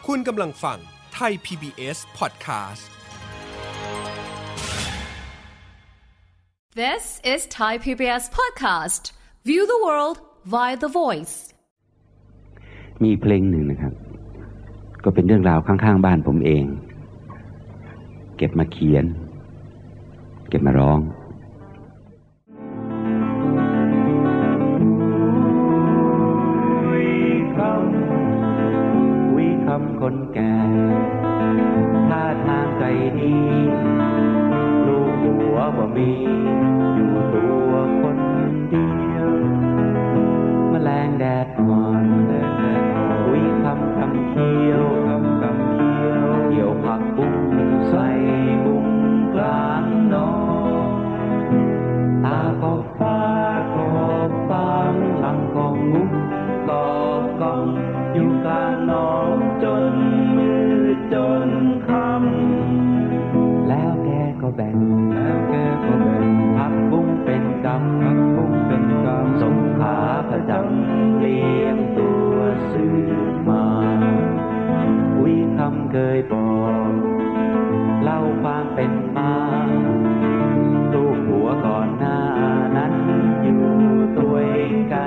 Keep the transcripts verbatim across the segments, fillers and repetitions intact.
คุณกำลังฟังไทย พี บี เอส Podcast This is Thai พี บี เอส Podcast. View the world via the voice. มีเพลงหนึ่งนะครับก็เป็นเรื่องราวข้างๆบ้านผมเองเก็บมาเขียนเก็บมาร้องวิคำคนแก่ท่าทางใจดีลูกหัวบ่มีอยู่ตัวคนเดียวแมลงแดดอ่อนวิคำคำเขียวคำคำเขียวเกี่ยวผักบุ้งใส่บุ้งกลางนองตาก็ฟ้าก็ฟางหลังก็งุ้มก็กองอยู่กลางน้องจนมือจนคำแล้วแกก็แบ่งแล้วแกก็แบ่งผักบุ้งเป็นกำผักบุ้งเป็นกำสงขาประจำเลี้ยงตัวซื้อมาวิคำเคยบอกเล่าความเป็นมาลูกหัวก่อนหน้านั้นอยู่ตัวกัน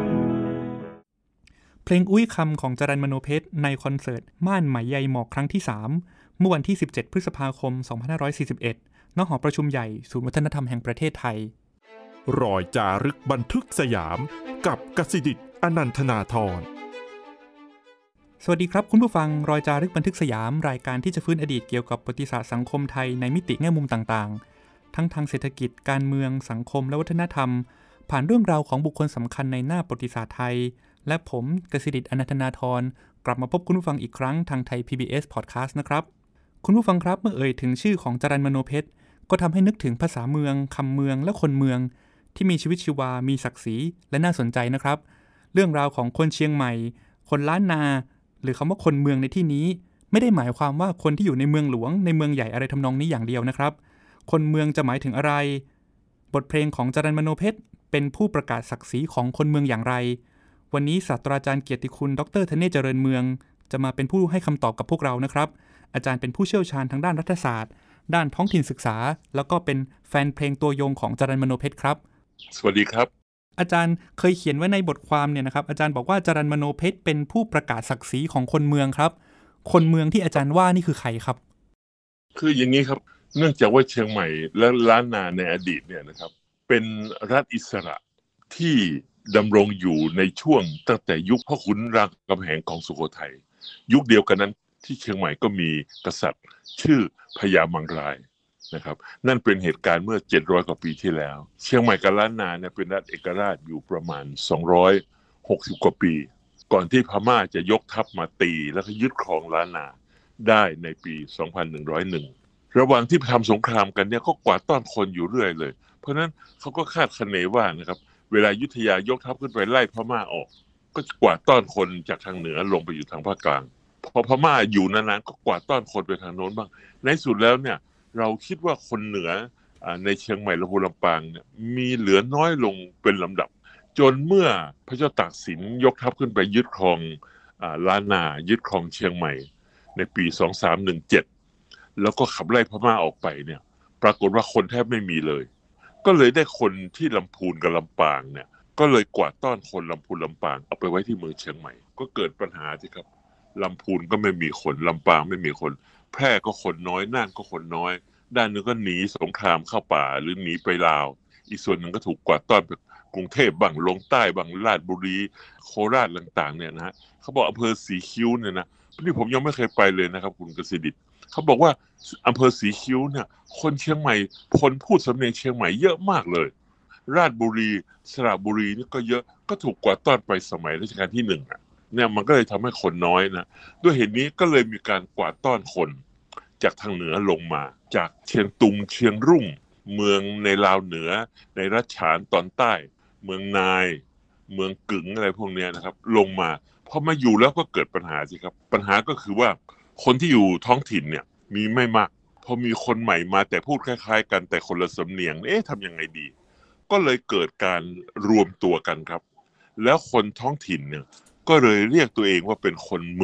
เพลงอุ้ยคำของจรัญ มโนเพชรในคอนเสิร์ตม่านไหมใยหมอกครั้งที่สามเมื่อวันที่สิบเจ็ดพฤษภาคมสองพันห้าร้อยสี่สิบเอ็ดณ หอประชุมใหญ่ศูนย์วัฒนธรรมแห่งประเทศไทยรอยจารึกบันทึกสยามกับกสิดิษฐ์อนันทนาธรสวัสดีครับคุณผู้ฟังรอยจารึกบันทึกสยามรายการที่จะฟื้นอดีตเกี่ยวกับประวัติศาสตร์สังคมไทยในมิติแง่มุมต่างๆทั้งทางเศรษฐกิจการเมืองสังคมและวัฒนธรรมผ่านเรื่องราวของบุคคลสำคัญในหน้าประวัติศาสตร์ไทยและผมกสิดิษฐ์อนันทนาธรกลับมาพบคุณผู้ฟังอีกครั้งทางไทย พี บี เอส Podcast นะครับคุณผู้ฟังครับเมื่อเอ่ยถึงชื่อของจรัญ มโนเพชรก็ทำให้นึกถึงภาษาเมืองคำเมืองและคนเมืองที่มีชีวิตชีวามีศักดิ์ศรีและน่าสนใจนะครับเรื่องราวของคนเชียงใหม่คนล้านนาหรือคำว่าคนเมืองในที่นี้ไม่ได้หมายความว่าคนที่อยู่ในเมืองหลวงในเมืองใหญ่อะไรทำนองนี้อย่างเดียวนะครับคนเมืองจะหมายถึงอะไรบทเพลงของจรัญ มโนเพชรเป็นผู้ประกาศศักดิ์ศรีของคนเมืองอย่างไรวันนี้ศาสตราจารย์เกียรติคุณดร.ธเนศเจริญเมืองจะมาเป็นผู้ให้คำตอบกับพวกเรานะครับอาจารย์เป็นผู้เชี่ยวชาญทางด้านรัฐศาสตร์ด้านท้องถิ่นศึกษาแล้วก็เป็นแฟนเพลงตัวยงของจรัญ มโนเพชรครับสวัสดีครับอาจารย์เคยเขียนไว้ในบทความเนี่ยนะครับอาจารย์บอกว่าจรัญ มโนเพชรเป็นผู้ประกาศศักดิ์ศรีของคนเมืองครับคนเมืองที่อาจารย์ว่านี่คือใครครับคืออย่างนี้ครับเนื่องจากว่าเชียงใหม่และล้านนาในอดีตเนี่ยนะครับเป็นรัฐอิสระที่ดำรงอยู่ในช่วงตั้งแต่ยุคพ่อขุนรามคำแหงของสุโขทัยยุคเดียวกันนั้นที่เชียงใหม่ก็มีกษัตริย์ชื่อพญามังรายนะครับนั่นเป็นเหตุการณ์เมื่อเจ็ดร้อยกว่าปีที่แล้วเชียงใหม่กับล้านนาเนี่ยเป็นรัฐเอกราชอยู่ประมาณสองร้อยหกสิบกว่าปีก่อนที่พม่าจะยกทัพมาตีแล้วก็ยึดครองล้านนาได้ในปีสองพันหนึ่งร้อยเอ็ดระหว่างที่ทำสงครามกันเนี่ยก็กวาดต้อนคนอยู่เรื่อยเลยเพราะนั้นเขาก็คาดคะเนว่านะครับเวลาอยุธยายกทัพขึ้นไปไล่พม่าออกก็กวาดต้อนคนจากทางเหนือลงไปอยู่ทางภาคกลางพอพม่าอยู่นานๆก็กวาดต้อนคนไปทางโน้นบ้างในสุดแล้วเนี่ยเราคิดว่าคนเหนือในเชียงใหม่และภูลำปางเนี่ยมีเหลือน้อยลงเป็นลำดับจนเมื่อพระเจ้าตากสินยกทัพขึ้นไปยึดครองล้านนายึดครองเชียงใหม่ในปีสองพันสามร้อยสิบเจ็ดแล้วก็ขับไล่พม่าออกไปเนี่ยปรากฏว่าคนแทบไม่มีเลยก็เลยได้คนที่ลำพูนกับลำปางเนี่ยก็เลยกวาดต้อนคนลำพูนลำปางเอาไปไว้ที่เมืองเชียงใหม่ก็เกิดปัญหาสิครับลำพูนก็ไม่มีคนลำปางไม่มีคนแพร่ก็คนน้อยน่านก็คนน้อยด้านนึงก็หนีสงครามเข้าป่าหรือหนีไปลาวอีกส่วนหนึ่งก็ถูกกวาดต้อนไปกรุงเทพบ้างลงใต้บ้างราชบุรีโคราชต่างๆเนี่ยนะฮะเขาบอกอำเภอสีคิ้วเนี่ยนะนี่ผมยังไม่เคยไปเลยนะครับคุณกสิดิษฐ์เขาบอกว่าอำเภอสีคิ้วเนี่ยคนเชียงใหม่คนพูดสำเนียงเชียงใหม่เยอะมากเลยราชบุรีสระบุรีนี่ก็เยอะก็ถูกกวาดต้อนไปสมัยรัชกาลที่หนึ่งอ่ะเนี่ยมันก็เลยทำให้คนน้อยนะด้วยเหตุนี้ก็เลยมีการกวาดต้อนคนจากทางเหนือลงมาจากเชียงตุงเชียงรุ่งเมืองในลาวเหนือในรัชฉานตอนใต้เมืองนายเมืองกึ๋งอะไรพวกนี้นะครับลงมาพอมาอยู่แล้วก็เกิดปัญหาสิครับปัญหาก็คือว่าคนที่อยู่ท้องถิ่นเนี่ยมีไม่มากพอมีคนใหม่มาแต่พูดคล้ายๆกันแต่คนละสำเนียงเอ๊ะทำยังไงดีก็เลยเกิดการรวมตัวกันครับแล้วคนท้องถิ่นเนี่ยก็เลยเรียกตัวเองว่าเป็นคนเมือง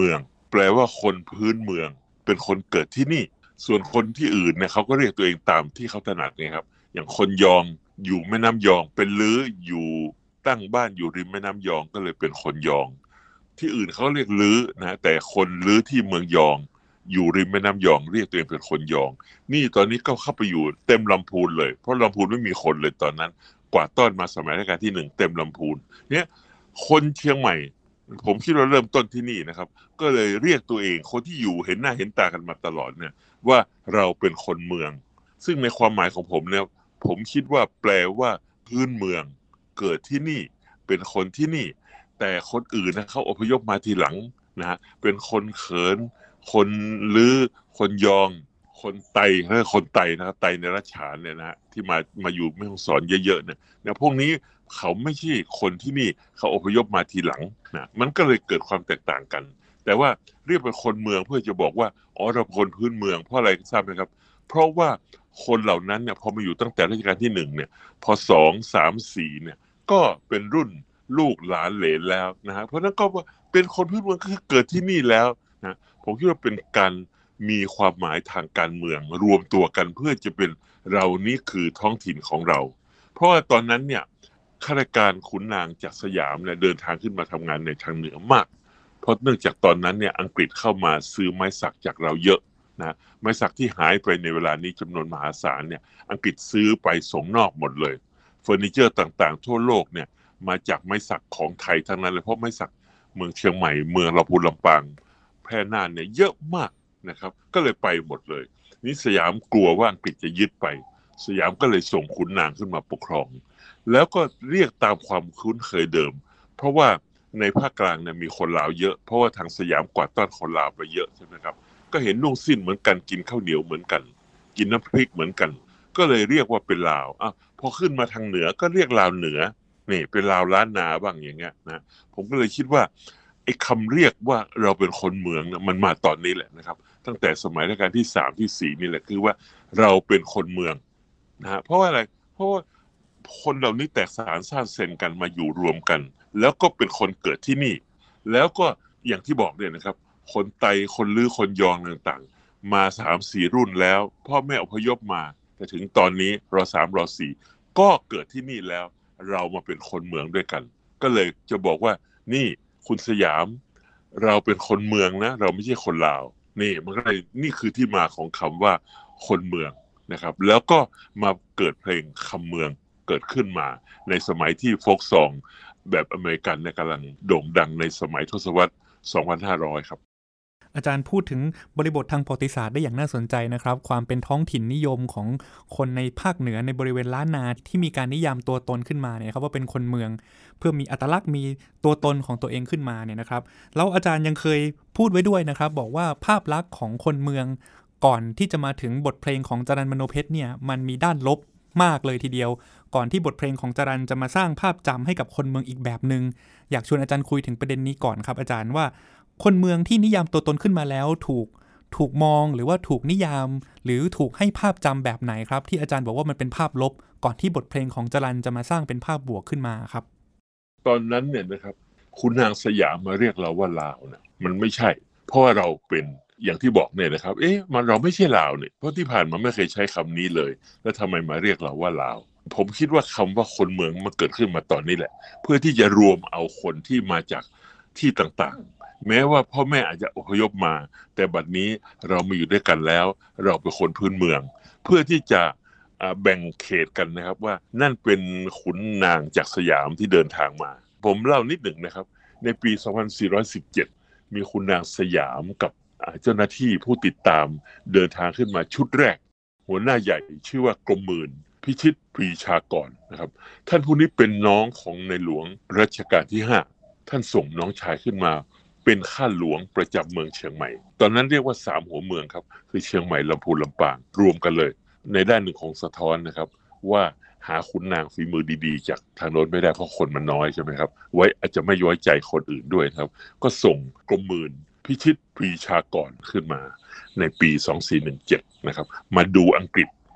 แปลว่าคนพื้นเมืองเป็นคนเกิดที่นี่ส่วนคนที่อื่นเนี่ยเขาก็เรียกตัวเองตามที่เขาถนัดไงครับอย่างคนยองอยู่แม่น้ำยองเป็นลืออยู่ตั้งบ้านอยู่ริมแม่น้ำยองก็เลยเป็นคนยองที่อื่นเขาเรียกลือนะแต่คนลือที่เมืองยองอยู่ริมแม่น้ำยองเรียกตัวเองเป็นคนยองนี่ตอนนี้ก็เข้าไปอยู่เต็มลำพูนเลยเพราะลำพูนไม่มีคนเลยตอนนั้นกว่าต้อนมาสมัยรัชกาลที่หนึ่งเต็มลำพูนเนี่ยคนเชียงใหม่ผมคิดว่าเริ่มต้นที่นี่นะครับก็เลยเรียกตัวเองคนที่อยู่เห็นหน้าเห็นตากันมาตลอดเนี่ยว่าเราเป็นคนเมืองซึ่งในความหมายของผมเนี่ยผมคิดว่าแปลว่าพื้นเมืองเกิดที่นี่เป็นคนที่นี่แต่คนอื่นนะเขาอพยพมาทีหลังนะฮะเป็นคนเขินคนลือคนยองคนไตเรียกคนไตนะครับไตในรัชฉานเนี่ยนะฮะที่มามาอยู่แม่ฮ่องสอนเยอะๆเนี่ยเนี่ยพวกนี้เขาไม่ใช่คนที่นี่เขาอพยพมาทีหลังนะมันก็เลยเกิดความแตกต่างกันแต่ว่าเรียกเป็นคนเมืองเพื่อจะบอกว่าอ๋อเราเป็นคนพื้นเมืองเพราะอะไรทราบไหมครับเพราะว่าคนเหล่านั้นเนี่ยพอมาอยู่ตั้งแต่รัชกาลที่หนึ่งเนี่ยพอสองสามสี่เนี่ยก็เป็นรุ่นลูกหลานเหลนแล้วนะฮะเพราะนั้นก็เป็นคนพื้นเมืองคือเกิดที่นี่แล้วนะผมคิดว่าเป็นการมีความหมายทางการเมืองรวมตัวกันเพื่อจะเป็นเรานี่คือท้องถิ่นของเราเพราะว่าตอนนั้นเนี่ยข้าราชการขุนนางจากสยามเนี่ยเดินทางขึ้นมาทำงานในทางเหนือมากเพราะเนื่องจากตอนนั้นเนี่ยอังกฤษเข้ามาซื้อไม้สักจากเราเยอะนะไม้สักที่หายไปในเวลานี้จำนวนมหาศาลเนี่ยอังกฤษซื้อไปส่งนอกหมดเลยเฟอร์นิเจอร์ต่างๆทั่วโลกเนี่ยมาจากไม้สักของไทยทั้งนั้นเลยเพราะไม้สักเมืองเชียงใหม่เมืองลำพูนลำปางแพร่น่านเนี่ยเยอะมากนะครับก็เลยไปหมดเลยนี่สยามกลัวว่าอังกฤษจะยึดไปสยามก็เลยส่งขุนนางขึ้นมาปกครองแล้วก็เรียกตามความคุ้นเคยเดิมเพราะว่าในภาคกลางเนี่ยมีคนลาวเยอะเพราะว่าทางสยามกวาดต้อนคนลาวไปเยอะใช่ไหมครับก็เห็นนุ่งสิ้นเหมือนกันกินข้าวเหนียวเหมือนกันกินน้ำพริกเหมือนกันก็เลยเรียกว่าเป็นลาวอ่ะพอขึ้นมาทางเหนือก็เรียกลาวเหนือนี่เป็นลาวล้านนาบ้างอย่างเงี้ยนะผมก็เลยคิดว่าไอ้คำเรียกว่าเราเป็นคนเมืองเนี่ยมันมาตอนนี้แหละนะครับตั้งแต่สมัยรัชกาลที่สามที่สี่นี่แหละคือว่าเราเป็นคนเมืองนะฮะเพราะว่าอะไรเพราะว่าคนเหล่านี้แตกสานซ่านเซนกันมาอยู่รวมกันแล้วก็เป็นคนเกิดที่นี่แล้วก็อย่างที่บอกเนี่ยนะครับคนไตคนลือคนยองต่างๆมาสามสี่รุ่นแล้วพ่อแม่อพยพมาแต่ถึงตอนนี้รสามรสี่ก็เกิดที่นี่แล้วเรามาเป็นคนเมืองด้วยกันก็เลยจะบอกว่านี่คุณสยามเราเป็นคนเมืองนะเราไม่ใช่คนลาวนี่มันก็เลยนี่คือที่มาของคำว่าคนเมืองนะครับแล้วก็มาเกิดเพลงคำเมืองเกิดขึ้นมาในสมัยที่โฟล์คซองแบบอเมริกันเนี่ยกำลังโด่งดังในสมัยทศวรรษสองพันห้าร้อยครับอาจารย์พูดถึงบริบททางประวัติศาสตร์ได้อย่างน่าสนใจนะครับความเป็นท้องถิ่นนิยมของคนในภาคเหนือในบริเวณล้านนาที่มีการนิยามตัวตนขึ้นมาเนี่ยครับว่าเป็นคนเมืองเพื่อมีอัตลักษณ์มีตัวตนของตัวเองขึ้นมาเนี่ยนะครับแล้วอาจารย์ยังเคยพูดไว้ด้วยนะครับบอกว่าภาพลักษณ์ของคนเมืองก่อนที่จะมาถึงบทเพลงของจรัญมโนเพชรเนี่ยมันมีด้านลบมากเลยทีเดียวก่อนที่บทเพลงของจรัญจะมาสร้างภาพจำให้กับคนเมืองอีกแบบนึงอยากชวนอาจารย์คุยถึงประเด็นนี้ก่อนครับอาจารย์ว่าคนเมืองที่นิยามตัวตนขึ้นมาแล้วถูกถูกมองหรือว่าถูกนิยามหรือถูกให้ภาพจำแบบไหนครับที่อาจารย์บอกว่ามันเป็นภาพลบก่อนที่บทเพลงของจรัญจะมาสร้างเป็นภาพบวกขึ้นมาครับตอนนั้นเนี่ยนะครับคุณนางสยามมาเรียกเราว่าลาวเนี่ยมันไม่ใช่เพราะว่าเราเป็นอย่างที่บอกเนี่ยนะครับเอ๊ะมันเราไม่ใช่ลาวเนี่ยเพราะที่ผ่านมาไม่เคยใช้คำนี้เลยแล้วทำไมมาเรียกเราว่าลาวผมคิดว่าคำว่าคนเมืองมันเกิดขึ้นมาตอนนี้แหละเพื่อที่จะรวมเอาคนที่มาจากที่ต่างๆแม้ว่าพ่อแม่อาจจะอพยพมาแต่บัดนี้เรามาอยู่ด้วยกันแล้วเราเป็นคนพื้นเมืองเพื่อที่จะแบ่งเขตกันนะครับว่านั่นเป็นขุนนางจากสยามที่เดินทางมาผมเล่านิดหนึ่งนะครับในปีสองพันสี่ร้อยสิบเจ็ดมีขุนนางสยามกับเจ้าหน้าที่ผู้ติดตามเดินทางขึ้นมาชุดแรกหัวหน้าใหญ่ชื่อว่ากรมหมื่นพิชิตปรีชากรนะครับท่านผู้นี้เป็นน้องของในหลวงรัชกาลที่ห้าท่านส่งน้องชายขึ้นมาเป็นข้าหลวงประจำเมืองเชียงใหม่ตอนนั้นเรียกว่าสามหัวเมืองครับคือเชียงใหม่ลำพูนลำปางรวมกันเลยในด้านหนึ่งของสะท้อนนะครับว่าหาขุนนางฝีมือดีๆจากทางโน้นไม่ได้เพราะคนมันน้อยใช่ไหมครับไว้อาจจะไม่ไว้ใจคนอื่นด้วยครับก็ส่งกรมหมื่นพิชิตปรีชากรขึ้นมาในปีสองพันสี่ร้อยสิบเจ็ดนะครับมาดูอังกฤษ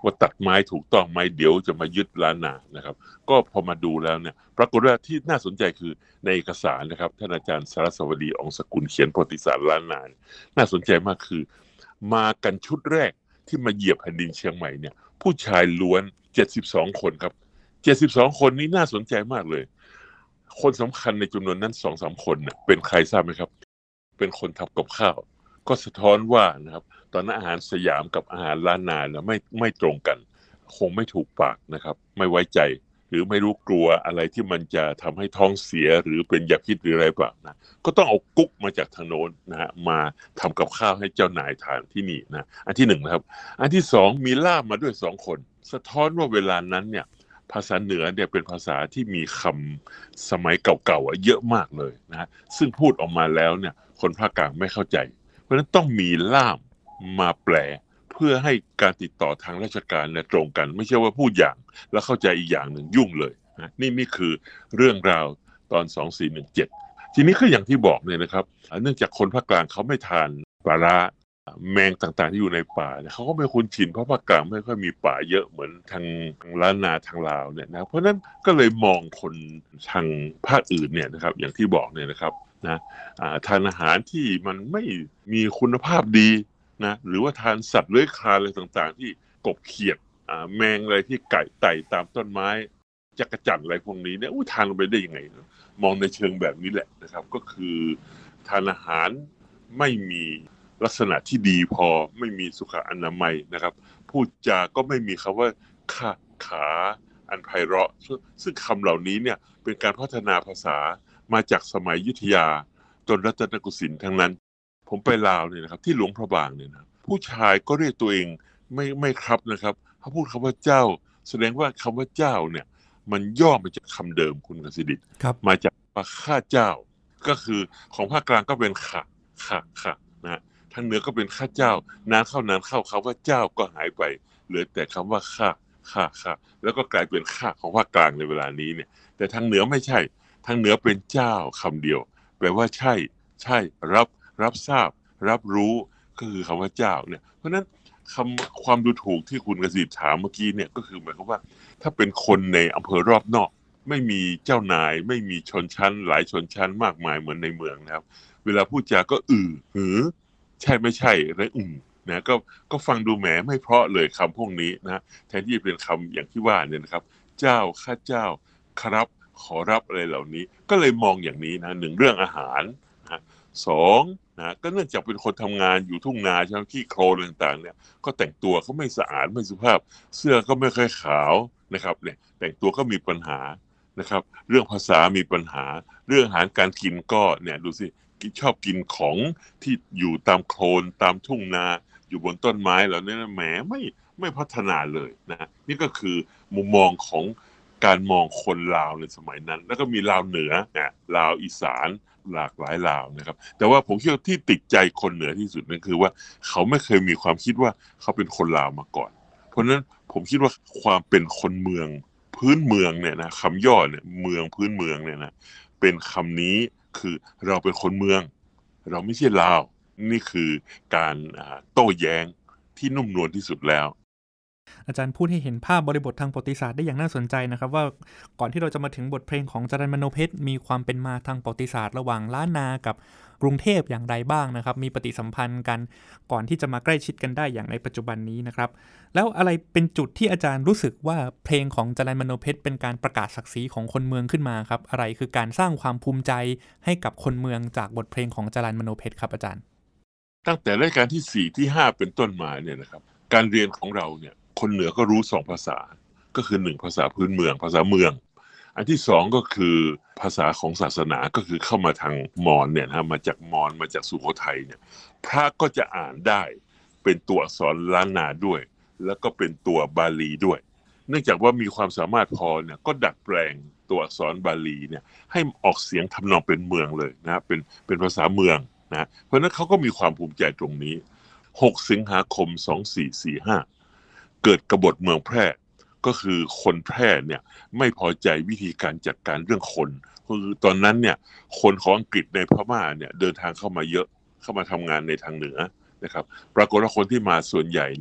ว่าตัดไม้ถูกต้องไหมเดี๋ยวจะมายึดล้านนานะครับก็พอมาดูแล้วเนี่ยปรากฏว่าที่น่าสนใจคือในเอกสารนะครับท่านอาจารย์สารสวดีอองสกุลเขียนประวัติศาสตร์ล้านนาน่าสนใจมากคือมากันชุดแรกที่มาเหยียบแผ่นดินเชียงใหม่เนี่ยผู้ชายล้วนเจ็ดสิบสองคนครับเจ็ดสิบสองคนนี้น่าสนใจมากเลยคนสำคัญในจำนวนนั้น สองถึงสาม คนเนี่ยเป็นใครทราบไหมครับเป็นคนทำกับข้าวก็สะท้อนว่านะครับตอนนั้นอาหารสยามกับอาหารล้านนาเนี่ยไม่ไม่ตรงกันคงไม่ถูกปากนะครับไม่ไว้ใจหรือไม่รู้กลัวอะไรที่มันจะทำให้ท้องเสียหรือเป็นยาพิษหรืออะไรเปล่านะก็ต้องเอากุ๊กมาจากทางโน้นนะฮะมาทำกับข้าวให้เจ้านายทานที่นี่นะอันที่หนึ่งนะครับอันที่สองมีล่ามมาด้วยสองคนสะท้อนว่าเวลานั้นเนี่ยภาษาเหนือเนี่ยเป็นภาษาที่มีคำสมัยเก่าๆเยอะมากเลยนะฮะซึ่งพูดออกมาแล้วเนี่ยคนภาคกลางไม่เข้าใจเพราะฉะนั้นต้องมีล่ามมาแปลเพื่อให้การติดต่อทางราชการเนี่ยตรงกันไม่ใช่ว่าพูดอย่างแล้วเข้าใจอีกอย่างหนึ่งยุ่งเลยนะนี่นี่คือเรื่องราวตอนสองสี่หนึ่งเจ็ดทีนี้ก็อย่างที่บอกเนี่ยนะครับเนื่องจากคนภาคกลางเขาไม่ทานปลาร้าแมงต่างๆที่อยู่ในป่าเนี่ยเขาก็ไม่คุ้นชินเพราะภาคกลางไม่ค่อยมีป่าเยอะเหมือนทางล้านนาทางลาวเนี่ยนะเพราะนั้นก็เลยมองคนทางภาคอื่นเนี่ยนะครับอย่างที่บอกเนี่ยนะครับนะทานอาหารที่มันไม่มีคุณภาพดีนะหรือว่าทานสัตว์เลื้อยคลานอะไรต่างๆที่กบเขียดแมงอะไรที่ไก่ไต่ตามต้นไม้จักรจั่นอะไรพวกนี้เนี่ยอู้ทานลงไปได้ยังไงมองในเชิงแบบนี้แหละนะครับก็คือทานอาหารไม่มีลักษณะที่ดีพอไม่มีสุขอนามัยนะครับพูดจาก็ไม่มีคำว่าขาขาอันไพเราะซึ่งคำเหล่านี้เนี่ยเป็นการพัฒนาภาษามาจากสมัยอยุธยาจนรัตนโกสินทร์ทั้งนั้นผมไปลาวเนี่ยนะครับที่หลวงพระบางเนี่ยนะผู้ชายก็เรียกตัวเองไม่ไม่ครับนะครับเขาพูดคำว่าเจ้าแสดงว่าคำว่าเจ้าเนี่ยมันย่อมาจากคำเดิมคุณกสิดิษฐ์มาจากข้าเจ้าก็คือของภาคกลางก็เป็นขะขะขะนะทางเหนือก็เป็นข้าเจ้านานเข้านานเข้าคำว่าเจ้าก็หายไปเหลือแต่คำว่าข้าข้าข้าแล้วก็กลายเป็นข้าของภาคกลางในเวลานี้เนี่ยแต่ทางเหนือไม่ใช่ทางเหนือเป็นเจ้าคำเดียวแปลว่าใช่ใช่รับรับทราบรับรู้ก็คือคำว่าเจ้าเนี่ยเพราะฉะนั้นคำความดูถูกที่คุณกสิทธิ์ถามเมื่อกี้เนี่ยก็คือหมายความว่าถ้าเป็นคนในอำเภอรอบนอกไม่มีเจ้านายไม่มีชนชั้นหลายชนชั้นมากมายเหมือนในเมืองนะครับเวลาพูดจาก็อือหือใช่ไม่ใช่และอือนะก็ก็ฟังดูแหมไม่เพราะเลยคำพวกนี้นะแทนที่จะเป็นคำอย่างที่ว่าเนี่ยนะครับเจ้าข้าเจ้าครับขอรับอะไรเหล่านี้ก็เลยมองอย่างนี้นะหนึ่งเรื่องอาหารนะสองนะก็เนื่องจากเป็นคนทำงานอยู่ทุ่งนาใช่ไหมขี้โคลนต่างๆเนี่ยก็แต่งตัวเขาไม่สะอาดไม่สุภาพเสื้อก็ไม่ค่อยขาวนะครับเนี่ยแต่งตัวก็มีปัญหานะครับเรื่องภาษามีปัญหาเรื่องอาหารการกินก็เนี่ยดูสิชอบกินของที่อยู่ตามโคลนตามทุ่งนาอยู่บนต้นไม้เหล่านี้แหมไม่ไม่พัฒนาเลยนะนี่ก็คือมุมมองของการมองคนลาวในสมัยนั้นแล้วก็มีลาวเหนือนะลาวอีสานหลากหลายลาวนะครับแต่ว่าผมคิดว่าที่ติดใจคนเหนือที่สุดนั่นคือว่าเขาไม่เคยมีความคิดว่าเขาเป็นคนลาวมาก่อนเพราะฉะนั้นผมคิดว่าความเป็นคนเมืองพื้นเมืองเนี่ยนะคำย่อเนี่ยเมืองพื้นเมืองเนี่ยนะเป็นคำนี้คือเราเป็นคนเมืองเราไม่ใช่ลาวนี่คือการโต้แย้งที่นุ่มนวลที่สุดแล้วอาจารย์พูดให้เห็นภาพบริบททางประวัติศาสตร์ได้อย่างน่าสนใจนะครับว่าก่อนที่เราจะมาถึงบทเพลงของจรัญมโนเพชรมีความเป็นมาทางประวัติศาสตร์ระหว่างล้านนากับกรุงเทพอย่างไรบ้างนะครับมีปฏิสัมพันธ์กันก่อนที่จะมาใกล้ชิดกันได้อย่างในปัจจุบันนี้นะครับแล้วอะไรเป็นจุดที่อาจารย์รู้สึกว่าเพลงของจรัญมโนเพชรเป็นการประกาศศักดิ์ศรีของคนเมืองขึ้นมาครับอะไรคือการสร้างความภูมิใจให้กับคนเมืองจากบทเพลงของจรัญมโนเพชรครับอาจารย์ตั้งแต่รายการที่สี่ที่ห้าเป็นต้นมาเนี่ยนะครับการเรียนของเราเนี่ยคนเหนือก็รู้สองภาษาก็คือหนึ่งภาษาพื้นเมืองภาษาเมืองอันที่สองก็คือภาษาของศาสนาก็คือเข้ามาทางมอญเนี่ยนะมาจากมอญมาจากสุโขทัยเนี่ยพระก็จะอ่านได้เป็นตัวอักษรล้านนาด้วยแล้วก็เป็นตัวบาลีด้วยเนื่องจากว่ามีความสามารถพอเนี่ยก็ดัดแปลงตัวอักษรบาลีเนี่ยให้ออกเสียงทำนองเป็นเมืองเลยนะเป็นเป็นภาษาเมืองนะเพราะนั้นเขาก็มีความภูมิใจตรงนี้หกสิงหาคมสองสี่สี่ห้าเกิดกบฏเมืองแพร่ก็คือคนแพร่เนี่ยไม่พอใจวิธีการจัดการเรื่องคนคือตอนนั้นเนี่ยคนของอังกฤษในพม่าเนี่ยเดินทางเข้ามาเยอะเข้ามาทำงานในทางเหนือนะครับปรากฏว่าคนที่มาส่วนใหญ่เนี่ย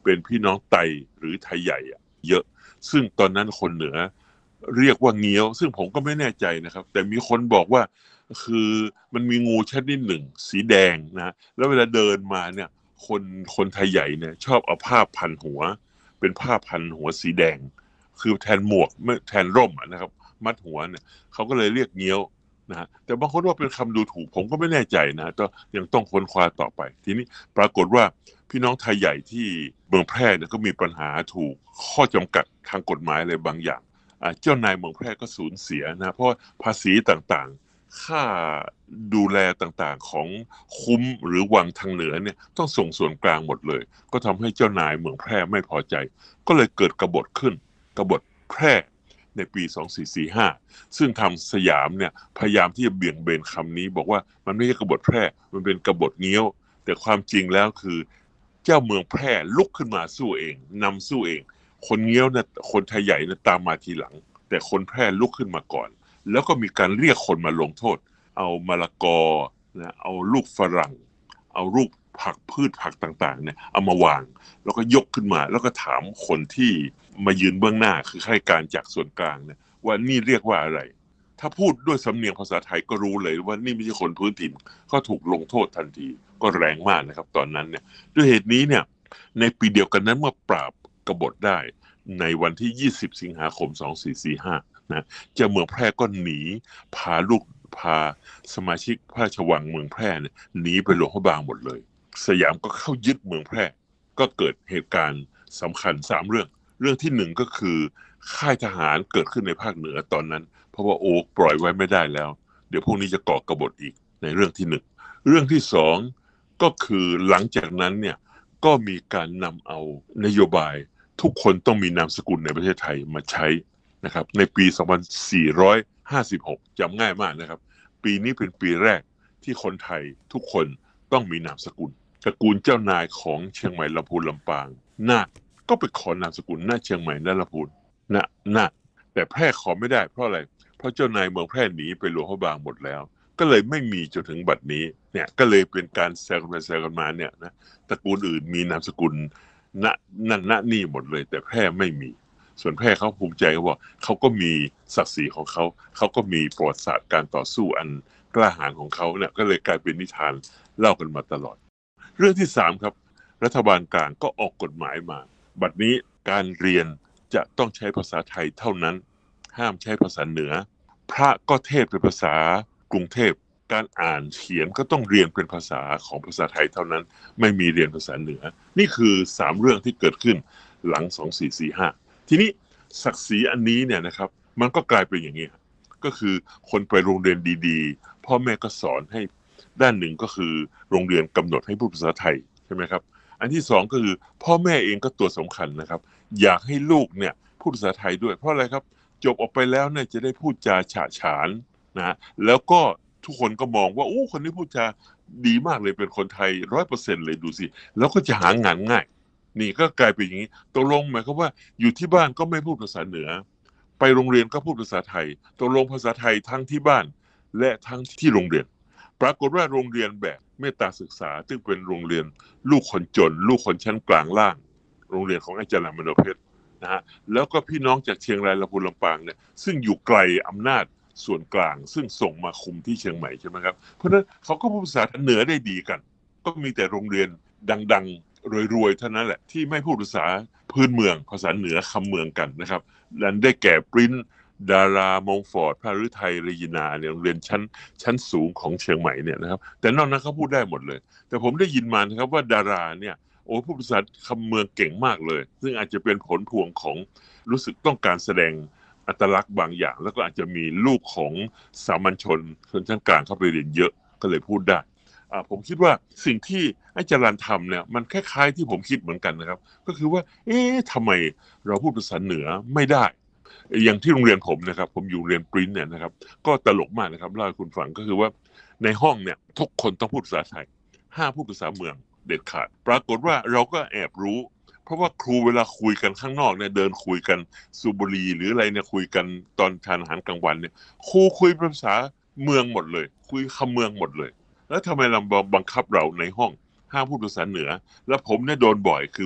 เป็นพี่น้องไตหรือไทยใหญ่เยอะซึ่งตอนนั้นคนเหนือเรียกว่าเงี้ยวซึ่งผมก็ไม่แน่ใจนะครับแต่มีคนบอกว่าคือมันมีงูชนิดหนึ่งสีแดงนะแล้วเวลาเดินมาเนี่ยคนคนไทยใหญ่เนี่ยชอบเอาผ้าพันหัวเป็นผ้าพันหัวสีแดงคือแทนหมวกแทนร่มนะครับมัดหัวเนี่ยเขาก็เลยเรียกเงี้ยวนะฮะแต่บางคนว่าเป็นคำดูถูกผมก็ไม่แน่ใจนะก็ยังต้องค้นคว้าต่อไปทีนี้ปรากฏว่าพี่น้องไทยใหญ่ที่เมืองแพร่เนี่ยก็มีปัญหาถูกข้อจำกัดทางกฎหมายอะไรบางอย่างเจ้านายเมืองแพร่ก็สูญเสียนะเพราะภาษีต่างๆค่าดูแลต่างๆของคุ้มหรือวังทางเหนือเนี่ยต้องส่งส่วนกลางหมดเลยก็ทำให้เจ้านายเมืองแพร่ไม่พอใจก็เลยเกิดกบฏขึ้นกบฏแพร่ในปีสองสี่สี่ห้าซึ่งทำสยามเนี่ยพยายามที่จะเบี่ยงเบนคำนี้บอกว่ามันไม่ใช่กบฏแพร่มันเป็นกบฏเงี้ยวแต่ความจริงแล้วคือเจ้าเมืองแพร่ลุกขึ้นมาสู้เองนำสู้เองคนเงี้ยวเนี่ยคนไทยใหญ่เนี่ยตามมาทีหลังแต่คนแพร่ลุกขึ้นมาก่อนแล้วก็มีการเรียกคนมาลงโทษเอามะละกอนะเอาลูกฝรั่งเอาลูกผักพืชผักต่างๆเนี่ยเอามาวางแล้วก็ยกขึ้นมาแล้วก็ถามคนที่มายืนเบื้องหน้าคือข้าราชการจากส่วนกลางเนี่ยว่านี่เรียกว่าอะไรถ้าพูดด้วยสำเนียงภาษาไทยก็รู้เลยว่านี่ไม่ใช่คนพื้นถิ่นก็ถูกลงโทษทันทีก็แรงมากนะครับตอนนั้นเนี่ยด้วยเหตุนี้เนี่ยในปีเดียวกันนั้นเมื่อปราบกบฏได้ในวันที่ยี่สิบสิงหาคมสองสี่สี่ห้านะเจ้าเมืองแพร่ก็หนีพาลูกพาสมาชิกพระราชวังเมืองแพร่เนี่ยหนีไปหลวงพระบางหมดเลยสยามก็เข้ายึดเมืองแพร่ก็เกิดเหตุการณ์สำคัญสามเรื่องเรื่องที่หนึ่งก็คือค่ายทหารเกิดขึ้นในภาคเหนือตอนนั้นเพราะว่าโอ้ปล่อยไว้ไม่ได้แล้วเดี๋ยวพวกนี้จะก่อกบฏอีกในเรื่องที่หนึ่งเรื่องที่สองก็คือหลังจากนั้นเนี่ยก็มีการนำเอานโยบายทุกคนต้องมีนามสกุลในประเทศไทยมาใช้นะครับในปีสองพันสี่ร้อยห้าสิบหกจำง่ายมากนะครับปีนี้เป็นปีแรกที่คนไทยทุกคนต้องมีนามสกุลตระกูลเจ้านายของเชียงใหม่ลำพูนลำปางนาคก็ไปขอนามสกุลนาคเชียงใหม่และลำพูนนะนาคแต่แพร่ขอไม่ได้เพราะอะไรเพราะเจ้านายเมืองแพร่หนีไปหลวงพระบางหมดแล้วก็เลยไม่มีจนถึงบัดนี้เนี่ยก็เลยเป็นการแซวกันไปแซวกันมาเนี่ยนะตระกูลอื่นมีนามสกุลณนั่นณนี่หมดเลยแต่แพร่ไม่มีส่วนแพร่เขาภูมิใจเขาบอกเขาก็มีศักดิ์ศรีของเขาเขาก็มีประวัติศาสตร์การต่อสู้อันกล้าหาญของเขาเนี่ยก็เลยกลายเป็นนิทานเล่ากันมาตลอดเรื่องที่สามครับรัฐบาลกลางก็ออกกฎหมายมาบัดนี้การเรียนจะต้องใช้ภาษาไทยเท่านั้นห้ามใช้ภาษาเหนือพระก็เทศน์เป็นภาษากรุงเทพการอ่านเขียนก็ต้องเรียนเป็นภาษาของภาษาไทยเท่านั้นไม่มีเรียนภาษาเหนือนี่คือสามเรื่องที่เกิดขึ้นหลังสองสี่สี่ห้าทีนี้ศักดิ์ศรีอันนี้เนี่ยนะครับมันก็กลายเป็นอย่างนี้ก็คือคนไปโรงเรียนดีๆพ่อแม่ก็สอนให้ด้านหนึ่งก็คือโรงเรียนกำหนดให้พูดภาษาไทยใช่ไหมครับอันที่สองก็คือพ่อแม่เองก็ตัวสำคัญนะครับอยากให้ลูกเนี่ยพูดภาษาไทยด้วยเพราะอะไรครับจบออกไปแล้วเนี่ยจะได้พูดจาฉะฉานนะแล้วก็ทุกคนก็มองว่าโอ้คนนี้พูดจาดีมากเลยเป็นคนไทย ร้อยเปอร์เซ็นต์ เลยดูสิแล้วก็จะหางานง่ายนี่ก็กลายเป็นอย่างนี้ตกลงหมายความว่าอยู่ที่บ้านก็ไม่พูดภาษาเหนือไปโรงเรียนก็พูดภาษาไทยตกลงภาษาไทยทั้งที่บ้านและทั้งที่โรงเรียนปรากฏว่าโรงเรียนแบบเมตตาศึกษาซึ่งเป็นโรงเรียนลูกคนจนลูกคนชั้นกลางล่างโรงเรียนของอาจารย์มโนเพชรนะฮะแล้วก็พี่น้องจากเชียงรายลำพูนลำปางเนี่ยซึ่งอยู่ไกลอำนาจส่วนกลางซึ่งส่งมาคุมที่เชียงใหม่ใช่ไหมครับเพราะฉะนั้นเขาก็พูดภาษาเหนือได้ดีกันก็มีแต่โรงเรียนดังๆรวยๆเท่านั้นแหละที่ไม่พูดภาษาพื้นเมืองภาษาเหนือคำเมืองกันนะครับและได้แก่ปริ้นดารามงฟอร์ดพระฤทัยเรยินาเนี่ยโรงเรียนชั้นชั้นสูงของเชียงใหม่เนี่ยนะครับแต่นอกนั้นเขาพูดได้หมดเลยแต่ผมได้ยินมานะครับว่าดาราเนี่ยโอ้พูดภาษาคำเมืองเก่งมากเลยซึ่งอาจจะเป็นผลพวงของรู้สึกต้องการแสดงอัตลักษณ์บางอย่างแล้วก็อาจจะมีลูกของสามัญชนชนชั้นกลางเข้าไปเรียนเยอะก็เลยพูดได้ผมคิดว่าสิ่งที่อาจารย์ทำเนี่ยมันคล้ายๆที่ผมคิดเหมือนกันนะครับก็คือว่าเอ๊ะทำไมเราพูดภาษาเหนือไม่ได้อย่างที่โรงเรียนผมนะครับผมอยู่เรียนปริ้นเนี่ยนะครับก็ตลกมากนะครับเล่าให้คุณฟังก็คือว่าในห้องเนี่ยทุกคนต้องพูดภาษาไทยห้ามพูดภาษาเมืองเด็ดขาดปรากฏว่าเราก็แอบรู้เพราะว่าครูเวลาคุยกันข้างนอกเนี่ยเดินคุยกันสูบบุหรี่หรืออะไรเนี่ยคุยกันตอนทานอาหารกลางวันเนี่ยครูคุยภาษาเมืองหมดเลยคุยคำเมืองหมดเลยแล้วทำไมเราบังคับเราในห้องห้ามพูดภาษาเหนือแล้วผมเนี่ยโดนบ่อยคือว่า